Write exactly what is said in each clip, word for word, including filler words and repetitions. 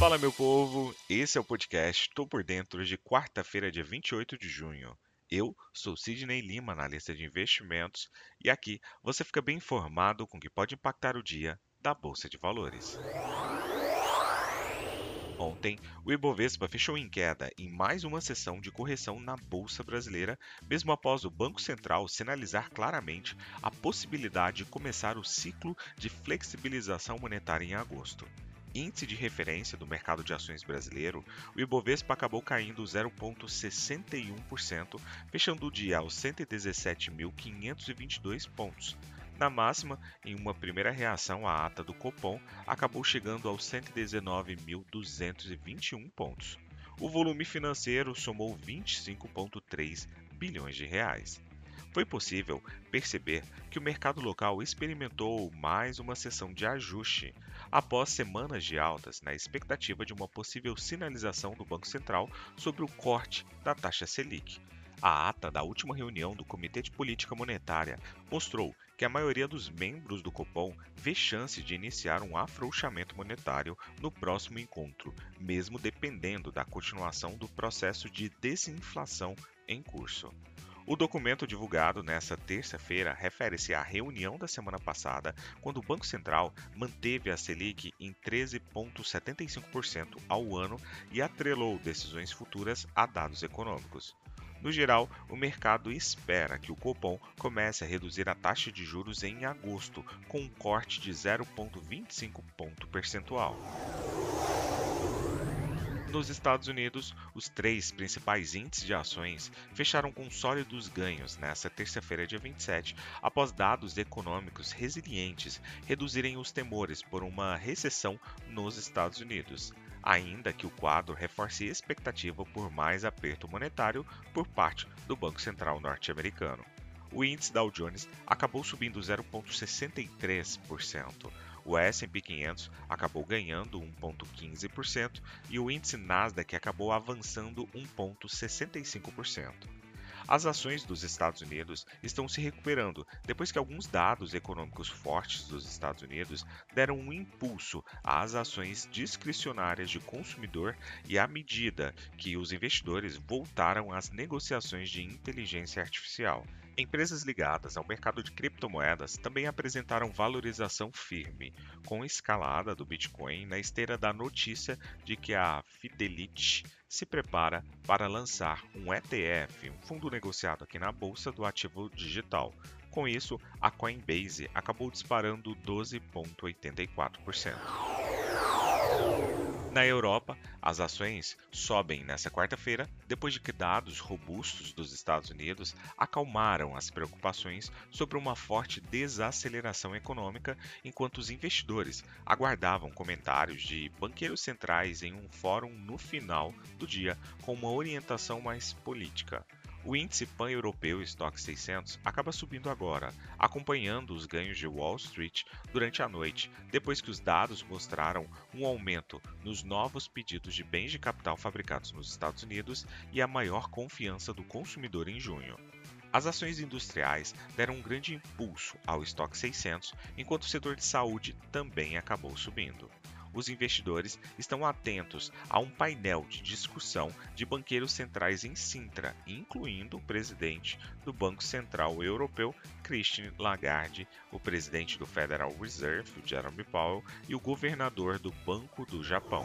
Fala, meu povo! Esse é o podcast Tô por Dentro de quarta-feira, dia vinte e oito de junho. Eu sou Sidney Lima, analista de investimentos, e aqui você fica bem informado com o que pode impactar o dia da Bolsa de Valores. Ontem, o Ibovespa fechou em queda em mais uma sessão de correção na Bolsa Brasileira, mesmo após o Banco Central sinalizar claramente a possibilidade de começar o ciclo de flexibilização monetária em agosto. Índice de referência do mercado de ações brasileiro, o Ibovespa acabou caindo zero vírgula sessenta e um por cento, fechando o dia aos cento e dezessete mil quinhentos e vinte e dois pontos. Na máxima, em uma primeira reação à ata do Copom, acabou chegando aos cento e dezenove mil duzentos e vinte e um pontos. O volume financeiro somou vinte e cinco vírgula três bilhões de reais. Foi possível perceber que o mercado local experimentou mais uma sessão de ajuste após semanas de altas na expectativa de uma possível sinalização do Banco Central sobre o corte da taxa Selic. A ata da última reunião do Comitê de Política Monetária mostrou que a maioria dos membros do Copom vê chance de iniciar um afrouxamento monetário no próximo encontro, mesmo dependendo da continuação do processo de desinflação em curso. O documento divulgado nesta terça-feira refere-se à reunião da semana passada, quando o Banco Central manteve a Selic em treze vírgula setenta e cinco por cento ao ano e atrelou decisões futuras a dados econômicos. No geral, o mercado espera que o Copom comece a reduzir a taxa de juros em agosto, com um corte de zero vírgula vinte e cinco ponto percentual. Nos Estados Unidos, os três principais índices de ações fecharam com sólidos ganhos nesta terça-feira, dia vinte e sete, após dados econômicos resilientes reduzirem os temores por uma recessão nos Estados Unidos, ainda que o quadro reforce expectativa por mais aperto monetário por parte do Banco Central norte-americano. O índice Dow Jones acabou subindo zero vírgula sessenta e três por cento. O S e P quinhentos acabou ganhando um vírgula quinze por cento e o índice Nasdaq acabou avançando um vírgula sessenta e cinco por cento. As ações dos Estados Unidos estão se recuperando depois que alguns dados econômicos fortes dos Estados Unidos deram um impulso às ações discricionárias de consumidor e à medida que os investidores voltaram às negociações de inteligência artificial. Empresas ligadas ao mercado de criptomoedas também apresentaram valorização firme, com escalada do Bitcoin na esteira da notícia de que a Fidelity se prepara para lançar um E T F, um fundo negociado aqui na Bolsa do Ativo Digital. Com isso, a Coinbase acabou disparando doze vírgula oitenta e quatro por cento. Na Europa, as ações sobem nesta quarta-feira depois de que dados robustos dos Estados Unidos acalmaram as preocupações sobre uma forte desaceleração econômica, enquanto os investidores aguardavam comentários de banqueiros centrais em um fórum no final do dia com uma orientação mais política. O índice pan-europeu Stoxx seiscentos acaba subindo agora, acompanhando os ganhos de Wall Street durante a noite, depois que os dados mostraram um aumento nos novos pedidos de bens de capital fabricados nos Estados Unidos e a maior confiança do consumidor em junho. As ações industriais deram um grande impulso ao Stoxx seiscentos, enquanto o setor de saúde também acabou subindo. Os investidores estão atentos a um painel de discussão de banqueiros centrais em Sintra, incluindo o presidente do Banco Central Europeu, Christine Lagarde, o presidente do Federal Reserve, Jerome Powell, e o governador do Banco do Japão.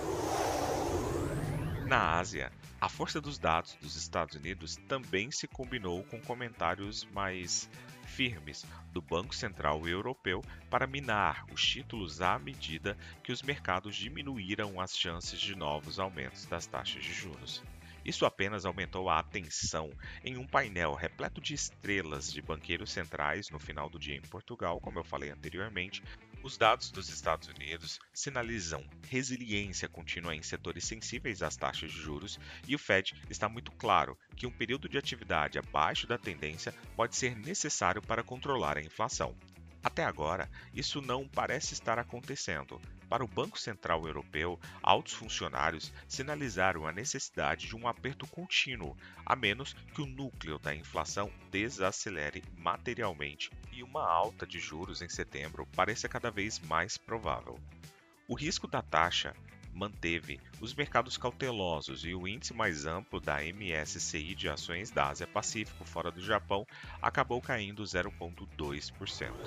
Na Ásia, a força dos dados dos Estados Unidos também se combinou com comentários mais firmes do Banco Central Europeu para minar os títulos à medida que os mercados diminuíram as chances de novos aumentos das taxas de juros. Isso apenas aumentou a atenção em um painel repleto de estrelas de banqueiros centrais no final do dia em Portugal, como eu falei anteriormente. Os dados dos Estados Unidos sinalizam resiliência contínua em setores sensíveis às taxas de juros e o Fed está muito claro que um período de atividade abaixo da tendência pode ser necessário para controlar a inflação. Até agora, isso não parece estar acontecendo. Para o Banco Central Europeu, altos funcionários sinalizaram a necessidade de um aperto contínuo, a menos que o núcleo da inflação desacelere materialmente e uma alta de juros em setembro pareça cada vez mais provável. O risco da taxa manteve os mercados cautelosos e o índice mais amplo da M S C I de ações da Ásia-Pacífico fora do Japão acabou caindo zero vírgula dois por cento.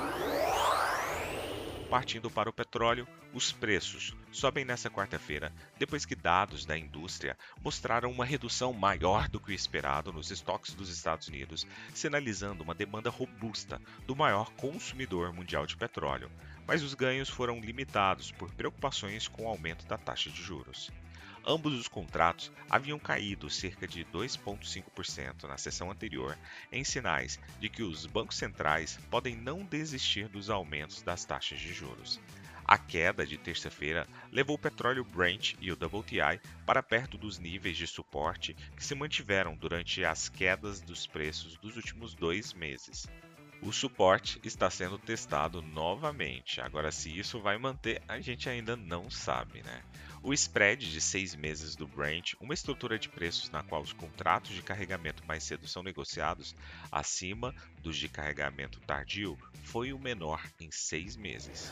Partindo para o petróleo, os preços sobem nesta quarta-feira, depois que dados da indústria mostraram uma redução maior do que o esperado nos estoques dos Estados Unidos, sinalizando uma demanda robusta do maior consumidor mundial de petróleo. Mas os ganhos foram limitados por preocupações com o aumento da taxa de juros. Ambos os contratos haviam caído cerca de dois vírgula cinco por cento na sessão anterior, em sinais de que os bancos centrais podem não desistir dos aumentos das taxas de juros. A queda de terça-feira levou o petróleo Brent e o W T I para perto dos níveis de suporte que se mantiveram durante as quedas dos preços dos últimos dois meses. O suporte está sendo testado novamente. Agora, se isso vai manter, a gente ainda não sabe, né? O spread de seis meses do Brent, uma estrutura de preços na qual os contratos de carregamento mais cedo são negociados acima dos de carregamento tardio, foi o menor em seis meses.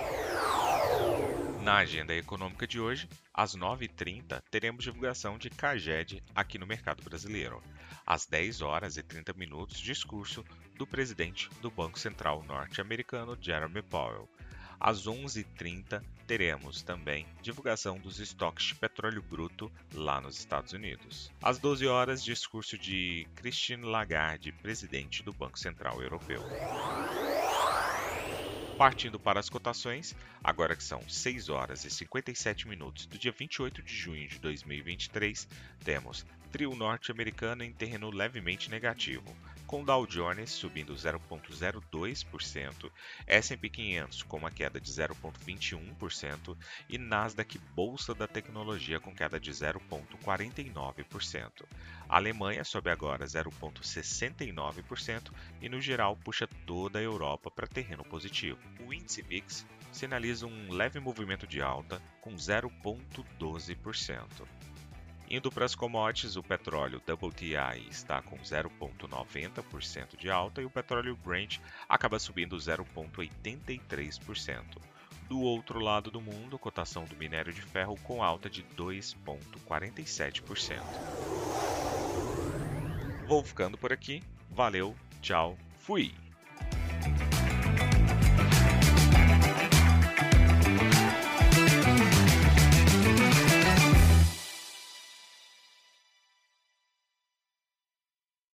Na agenda econômica de hoje, às nove e trinta, teremos divulgação de Caged aqui no mercado brasileiro. Às dez horas e trinta minutos, discurso do presidente do Banco Central norte-americano, Jerome Powell. Às onze e trinta, teremos também divulgação dos estoques de petróleo bruto lá nos Estados Unidos. Às doze horas, discurso de Christine Lagarde, presidente do Banco Central Europeu. Partindo para as cotações, agora que são seis horas e cinquenta e sete minutos do dia vinte e oito de junho de dois mil e vinte e três, temos trio norte-americano em terreno levemente negativo, com Dow Jones subindo zero vírgula zero dois por cento, S e P quinhentos com uma queda de zero vírgula vinte e um por cento e Nasdaq Bolsa da Tecnologia com queda de zero vírgula quarenta e nove por cento. A Alemanha sobe agora zero vírgula sessenta e nove por cento e no geral puxa toda a Europa para terreno positivo. O índice V I X sinaliza um leve movimento de alta com zero vírgula doze por cento. Indo para as commodities, o petróleo W T I está com zero vírgula noventa por cento de alta e o petróleo Brent acaba subindo zero vírgula oitenta e três por cento. Do outro lado do mundo, cotação do minério de ferro com alta de dois vírgula quarenta e sete por cento. Vou ficando por aqui. Valeu, tchau, fui!